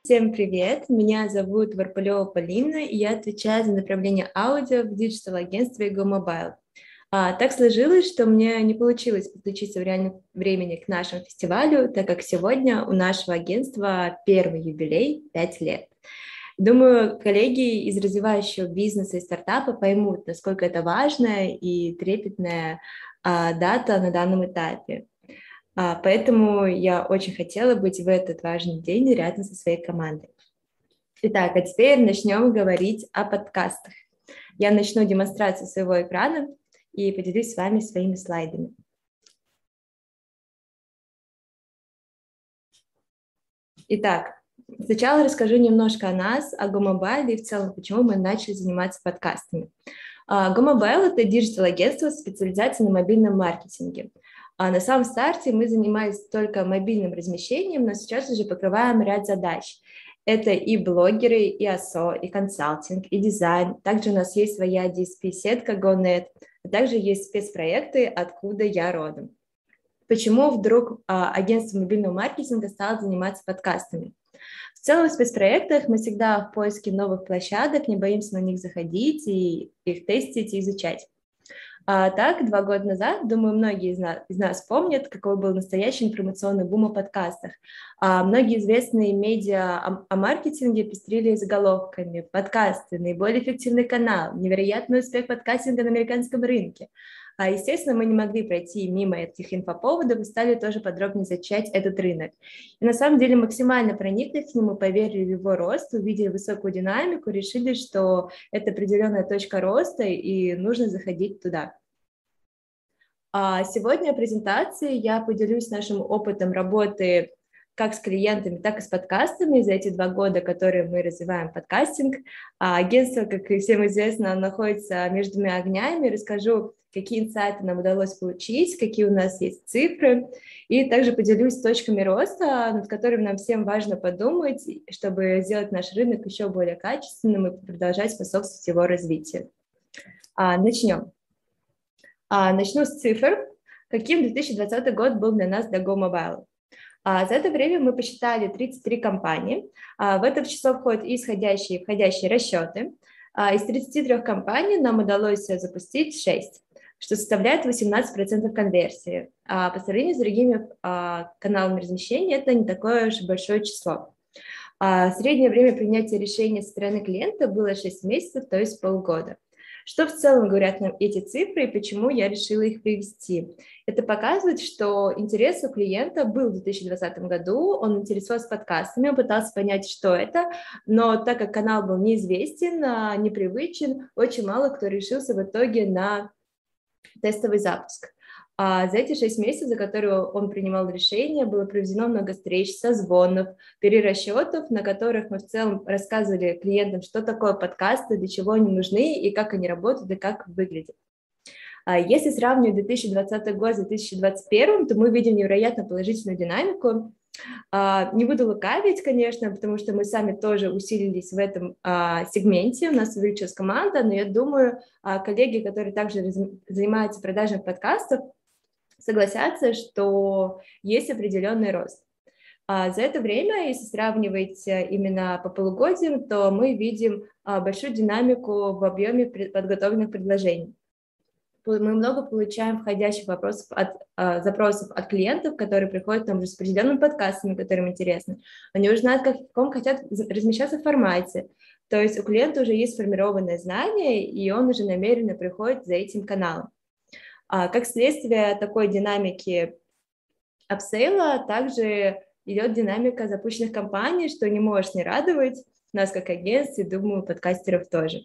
Всем привет! Меня зовут Варпалева Полина, и я отвечаю за направление аудио в диджитал-агентстве GoMobile. Так сложилось, что мне не получилось подключиться в реальном времени к нашему фестивалю, так как сегодня у нашего агентства первый юбилей – 5 лет. Думаю, коллеги из развивающего бизнеса и стартапа поймут, насколько это важная и трепетная дата на данном этапе. Поэтому я очень хотела быть в этот важный день рядом со своей командой. Итак, а теперь начнем говорить о подкастах. Я начну демонстрацию своего экрана и поделюсь с вами своими слайдами. Итак, сначала расскажу немножко о нас, о GoMobile и в целом, почему мы начали заниматься подкастами. GoMobile – это диджитал-агентство с специализацией на мобильном маркетинге. На самом старте мы занимались только мобильным размещением, но сейчас уже покрываем ряд задач. Это и блогеры, и АСО, и консалтинг, и дизайн. Также у нас есть своя DSP-сетка GoNet, а также есть спецпроекты «Откуда я родом». Почему вдруг агентство мобильного маркетинга стало заниматься подкастами? В целом в спецпроектах мы всегда в поиске новых площадок, не боимся на них заходить и их тестить и изучать. Так, 2 года назад, думаю, многие из нас помнят, какой был настоящий информационный бум о подкастах. Многие известные медиа о маркетинге пестрили заголовками: подкасты, наиболее эффективный канал, невероятный успех подкастинга на американском рынке. Естественно, мы не могли пройти мимо этих инфоповодов и стали тоже подробнее изучать этот рынок. И на самом деле максимально прониклись к нему, поверили в его рост, увидели высокую динамику, решили, что это определенная точка роста и нужно заходить туда. Сегодня в презентации я поделюсь нашим опытом работы как с клиентами, так и с подкастами за эти 2 года, которые мы развиваем подкастинг. Агентство, как и всем известно, находится между 2 огнями. Расскажу, какие инсайты нам удалось получить, какие у нас есть цифры, и также поделюсь точками роста, над которыми нам всем важно подумать, чтобы сделать наш рынок еще более качественным и продолжать способствовать его развитию. Начнем. Начну с цифр. Каким 2020 год был для нас, для GoMobile? За это время мы посчитали 33 компании. В это число входят и исходящие и входящие расчеты. Из 33 компаний нам удалось запустить 6, что составляет 18% конверсии. По сравнению с другими каналами размещения это не такое уж большое число. Среднее время принятия решения со стороны клиента было 6 месяцев, то есть полгода. Что в целом говорят нам эти цифры и почему я решила их привести? Это показывает, что интерес у клиента был в 2020 году, он интересовался подкастами, он пытался понять, что это, но так как канал был неизвестен, непривычен, очень мало кто решился в итоге на тестовый запуск. За эти 6 месяцев, за которые он принимал решение, было проведено много встреч, созвонов, перерасчетов, на которых мы в целом рассказывали клиентам, что такое подкасты, для чего они нужны и как они работают и как выглядят. Если сравнивать 2020 год с 2021, то мы видим невероятно положительную динамику. Не буду лукавить, конечно, потому что мы сами тоже усилились в этом сегменте, у нас увеличилась команда, но я думаю, коллеги, которые также занимаются продажей подкастов, согласятся, что есть определенный рост. За это время, если сравнивать именно по полугодиям, то мы видим большую динамику в объеме подготовленных предложений. Мы много получаем входящих запросов от клиентов, которые приходят к нам уже с определенными подкастами, которым интересно. Они уже знают, в каком хотят размещаться в формате. То есть у клиента уже есть сформированное знание, и он уже намеренно приходит за этим каналом. Как следствие такой динамики апсейла также идет динамика запущенных компаний, что не может не радовать нас как агентств и, думаю, подкастеров тоже.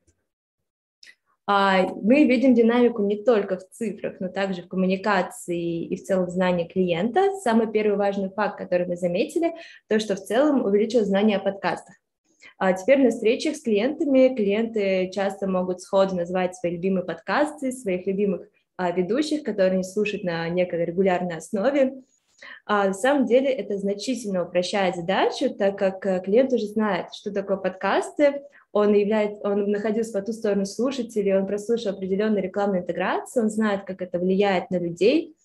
Мы видим динамику не только в цифрах, но также в коммуникации и в целом в знании клиента. Самый первый важный факт, который мы заметили, то, что в целом увеличилось знание о подкастах. Теперь на встречах с клиентами клиенты часто могут сходу назвать свои любимые подкасты, своих любимых ведущих, которые они слушают на некой регулярной основе. На самом деле это значительно упрощает задачу, так как клиент уже знает, что такое подкасты, он находился по ту сторону слушателей, он прослушал определенную рекламную интеграцию, он знает, как это влияет на людей,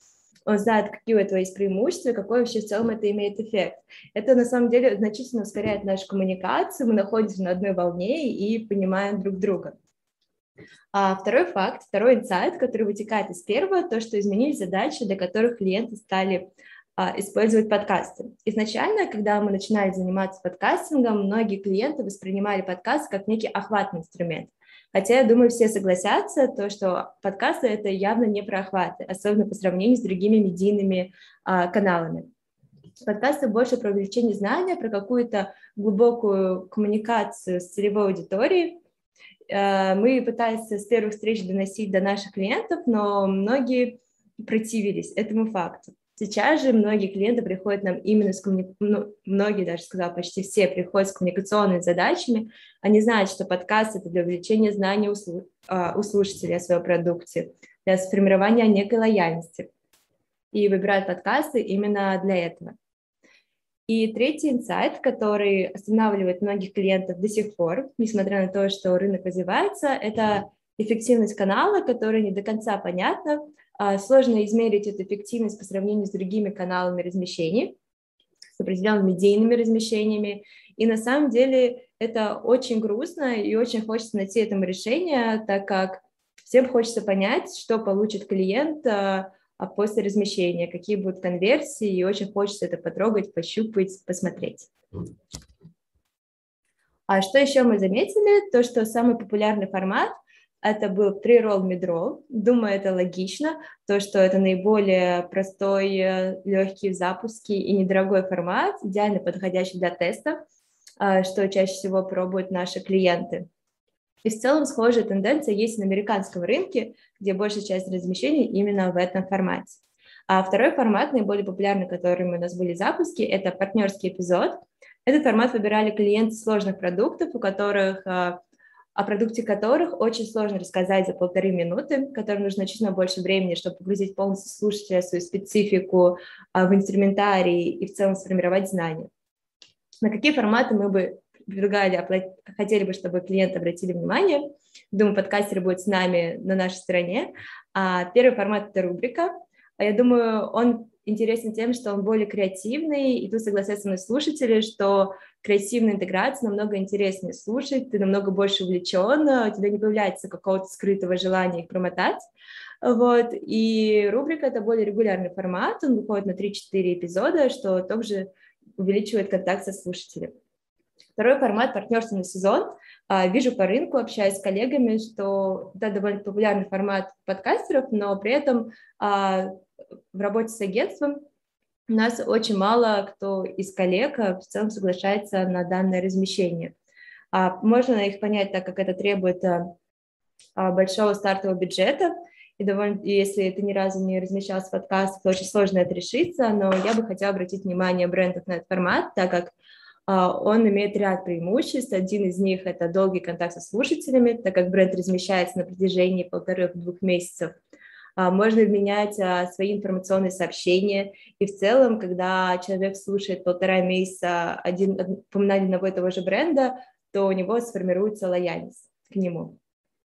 он знает, какие у этого есть преимущества, какой вообще в целом это имеет эффект. Это на самом деле значительно ускоряет нашу коммуникацию, мы находимся на одной волне и понимаем друг друга. А второй факт, второй инсайт, который вытекает из первого, то, что изменились задачи, для которых клиенты стали использовать подкасты. Изначально, когда мы начинали заниматься подкастингом, многие клиенты воспринимали подкасты как некий охватный инструмент. Хотя, я думаю, все согласятся, то, что подкасты – это явно не про охваты, особенно по сравнению с другими медийными каналами. Подкасты больше про увеличение знания, про какую-то глубокую коммуникацию с целевой аудиторией. Мы пытались с первых встреч доносить до наших клиентов, но многие противились этому факту. Сейчас же многие клиенты приходят нам именно с многие, даже сказала, почти все приходят с коммуникационными задачами. Они знают, что подкаст – это для увеличения знаний у слушателей о своем продукте, для сформирования некой лояльности. И выбирают подкасты именно для этого. И третий инсайт, который останавливает многих клиентов до сих пор, несмотря на то, что рынок развивается, это эффективность канала, которая не до конца понятна. Сложно измерить эту эффективность по сравнению с другими каналами размещений, с определенными медийными размещениями. И на самом деле это очень грустно, и очень хочется найти этому решение, так как всем хочется понять, что получит клиент после размещения, какие будут конверсии, и очень хочется это потрогать, пощупать, посмотреть. А что еще мы заметили? То, что самый популярный формат это был pre-roll, mid-roll. Думаю, это логично, то, что это наиболее простой, легкий в запуске и недорогой формат, идеально подходящий для теста, что чаще всего пробуют наши клиенты. И в целом схожая тенденция есть на американском рынке, где большая часть размещений именно в этом формате. А второй формат, наиболее популярный, который у нас были запуски, это партнерский эпизод. Этот формат выбирали клиенты сложных продуктов, о продукте которых очень сложно рассказать за 1,5 минуты, которым нужно значительно больше времени, чтобы погрузить полностью слушателя в свою специфику, в инструментарий и в целом сформировать знания. На какие форматы мы бы предлагали, хотели бы, чтобы клиенты обратили внимание. Думаю, подкастер будет с нами на нашей стороне. Первый формат – это рубрика. Я думаю, он интересен тем, что он более креативный, и тут согласятся со мной слушатели, что креативная интеграция намного интереснее слушать, ты намного больше увлечен, у тебя не появляется какого-то скрытого желания их промотать. Вот. И рубрика – это более регулярный формат, он выходит на 3-4 эпизода, что также увеличивает контакт со слушателем. Второй формат – партнерственный сезон. Вижу по рынку, общаюсь с коллегами, что это довольно популярный формат подкастеров, но при этом в работе с агентством у нас очень мало кто из коллег в целом соглашается на данное размещение. Можно их понять, так как это требует большого стартового бюджета, и если ты ни разу не размещался в подкастах, то очень сложно это решиться, но я бы хотела обратить внимание брендов на этот формат, так как он имеет ряд преимуществ. Один из них – это долгий контакт со слушателями, так как бренд размещается на протяжении 1,5-2 месяцев. Можно менять свои информационные сообщения. И в целом, когда человек слушает 1,5 месяца упоминание одного и того же бренда, то у него сформируется лояльность к нему.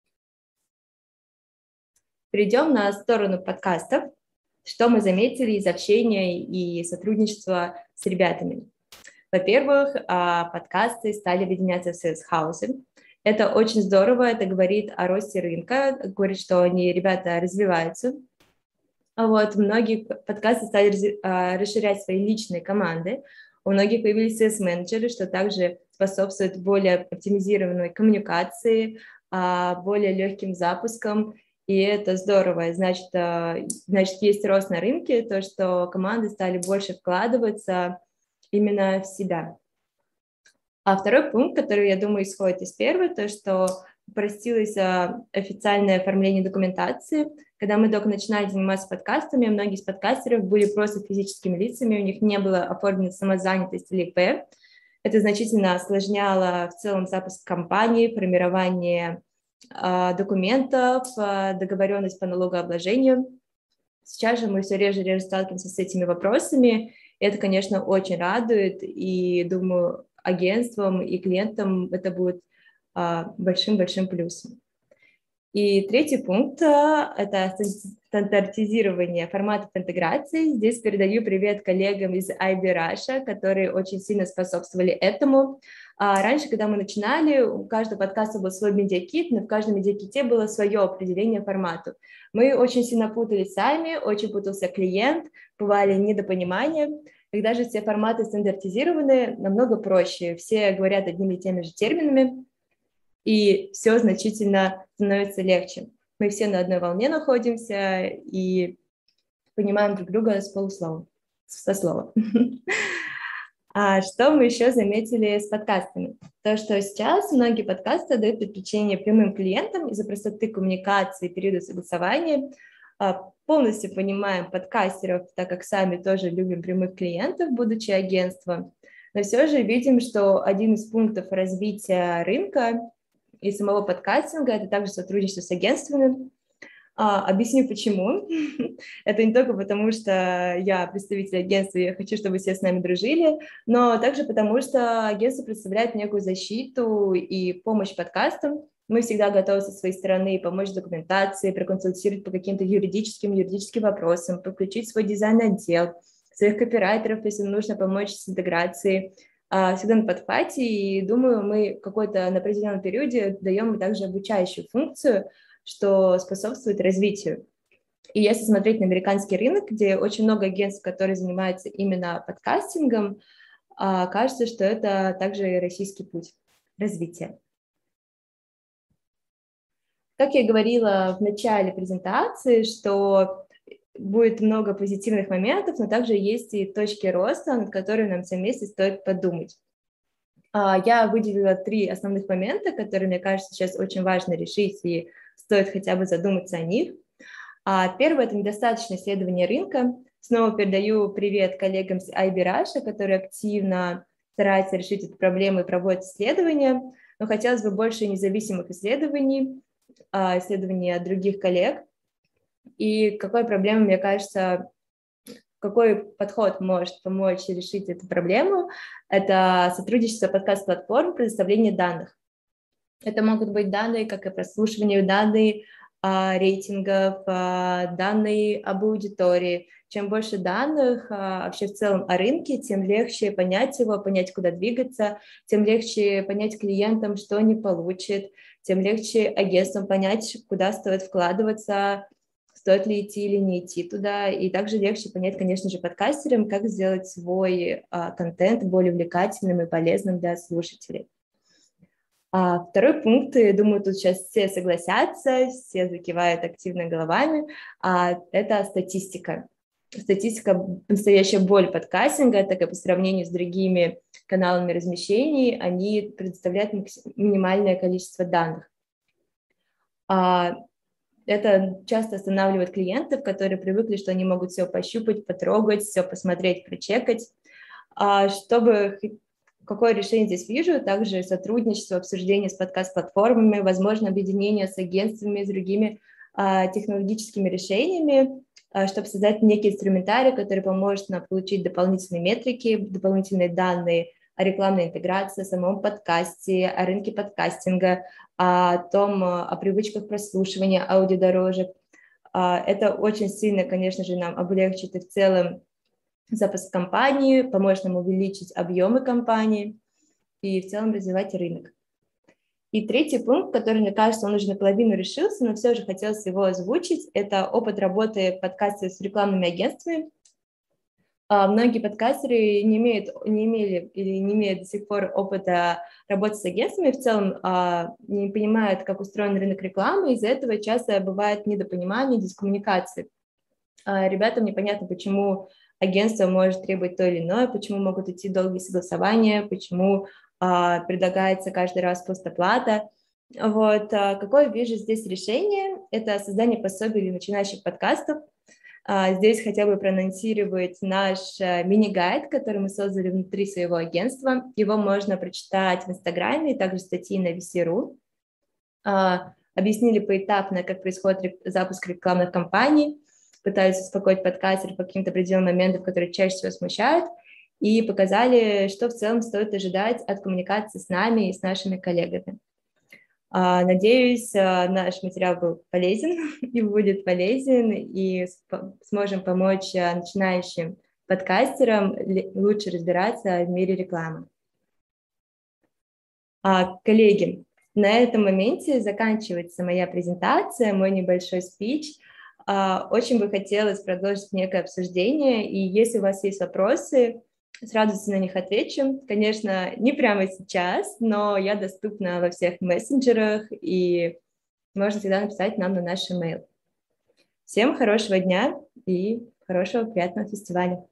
Перейдем на сторону подкастов. Что мы заметили из общения и сотрудничества с ребятами? Во-первых, подкасты стали объединяться в сейлс-хаусе. Это очень здорово, это говорит о росте рынка, говорит, что ребята развиваются. Вот, многие подкасты стали расширять свои личные команды, у многих появились сейлс-менеджеры, что также способствует более оптимизированной коммуникации, более легким запускам, и это здорово. Значит, есть рост на рынке, то, что команды стали больше вкладываться именно в себя. А второй пункт, который, я думаю, исходит из первого, то, что упростилось официальное оформление документации. Когда мы только начинали заниматься подкастами, многие из подкастеров были просто физическими лицами, у них не было оформлена самозанятость или ИП. Это значительно осложняло в целом запуск компании, формирование документов, договоренность по налогообложению. Сейчас же мы все реже и реже сталкиваемся с этими вопросами. Это, конечно, очень радует, и, думаю, агентствам и клиентам это будет большим-большим плюсом. И третий пункт – это стандартизирование форматов интеграции. Здесь передаю привет коллегам из IB Russia, которые очень сильно способствовали этому. Раньше, когда мы начинали, у каждого подкаста был свой медиакит, но в каждом медиаките было свое определение формату. Мы очень сильно путались сами, очень путался клиент, бывали недопонимания. Когда же все форматы стандартизированы, намного проще. Все говорят одними и теми же терминами, и все значительно становится легче. Мы все на одной волне находимся и понимаем друг друга с полуслова, со слова. А что мы еще заметили с подкастами? То, что сейчас многие подкасты дают предпочтение прямым клиентам из-за простоты коммуникации, периода согласования. Полностью понимаем подкастеров, так как сами тоже любим прямых клиентов, будучи агентством. Но все же видим, что один из пунктов развития рынка и самого подкастинга – это также сотрудничество с агентствами. Объясню, почему. Это не только потому, что я представитель агентства, и я хочу, чтобы все с нами дружили, но также потому, что агентство представляет некую защиту и помощь подкастам. Мы всегда готовы со своей стороны помочь в документации, проконсультировать по каким-то юридическим вопросам, подключить свой дизайн-отдел, своих копирайтеров, если нужно помочь с интеграцией. Всегда на подхвате, и думаю, мы какой-то на определенном периоде даем также обучающую функцию, что способствует развитию. И если смотреть на американский рынок, где очень много агентств, которые занимаются именно подкастингом, кажется, что это также и российский путь развития. Как я говорила в начале презентации, что будет много позитивных моментов, но также есть и точки роста, над которыми нам всем вместе стоит подумать. Я выделила 3 основных момента, которые, мне кажется, сейчас очень важно решить и стоит хотя бы задуматься о них. Первое – это недостаточное исследование рынка. Снова передаю привет коллегам с IB Russia, которые активно стараются решить эту проблему и проводят исследования, но хотелось бы больше независимых исследований, исследований от других коллег. И какой проблемой, мне кажется, какой подход может помочь решить эту проблему? Это сотрудничество подкаст-платформ, предоставление данных. Это могут быть данные, как и прослушивание, данные рейтингов, данные об аудитории. Чем больше данных вообще в целом о рынке, тем легче понять его, понять, куда двигаться, тем легче понять клиентам, что они получат, тем легче агентствам понять, куда стоит вкладываться, стоит ли идти или не идти туда, и также легче понять, конечно же, подкастерам, как сделать свой контент более увлекательным и полезным для слушателей. Второй пункт, я думаю, тут сейчас все согласятся, все закивают активно головами, это статистика. Статистика – настоящая боль подкастинга, так как по сравнению с другими каналами размещений они предоставляют минимальное количество данных. Это часто останавливает клиентов, которые привыкли, что они могут все пощупать, потрогать, все посмотреть, прочекать. Какое решение здесь вижу? Также сотрудничество, обсуждение с подкаст-платформами, возможно, объединение с агентствами, с другими технологическими решениями, чтобы создать некий инструментарий, который поможет нам получить дополнительные метрики, дополнительные данные о рекламной интеграции, о самом подкасте, о рынке подкастинга, о привычках прослушивания аудиодорожек. Это очень сильно, конечно же, нам облегчит и в целом запуск компании, поможет нам увеличить объемы компании и в целом развивать рынок. И третий пункт, который, мне кажется, он уже наполовину решился, но все же хотелось его озвучить, это опыт работы подкастеров с рекламными агентствами. Многие подкастеры не имели или не имеют до сих пор опыта работы с агентствами, в целом не понимают, как устроен рынок рекламы, из-за этого часто бывает недопонимание, дискоммуникации. Ребятам непонятно, почему агентство может требовать то или иное, почему могут идти долгие согласования, почему предлагается каждый раз постоплата. Какое вижу здесь решение? Это создание пособий для начинающих подкастов. Здесь хотя бы проанонсировать наш мини-гайд, который мы создали внутри своего агентства. Его можно прочитать в Инстаграме, и также статьи на VC.ru. Объяснили поэтапно, как происходит запуск рекламных кампаний, пытались успокоить подкастеров по каким-то определенным моментам, которые чаще всего смущают, и показали, что в целом стоит ожидать от коммуникации с нами и с нашими коллегами. Надеюсь, наш материал был полезен и будет полезен, и сможем помочь начинающим подкастерам лучше разбираться в мире рекламы. Коллеги, на этом моменте заканчивается моя презентация, мой небольшой спич. Очень бы хотелось продолжить некое обсуждение, и если у вас есть вопросы, с радостью на них отвечу. Конечно, не прямо сейчас, но я доступна во всех мессенджерах, и можно всегда написать нам на наш email. Всем хорошего дня и хорошего приятного фестиваля.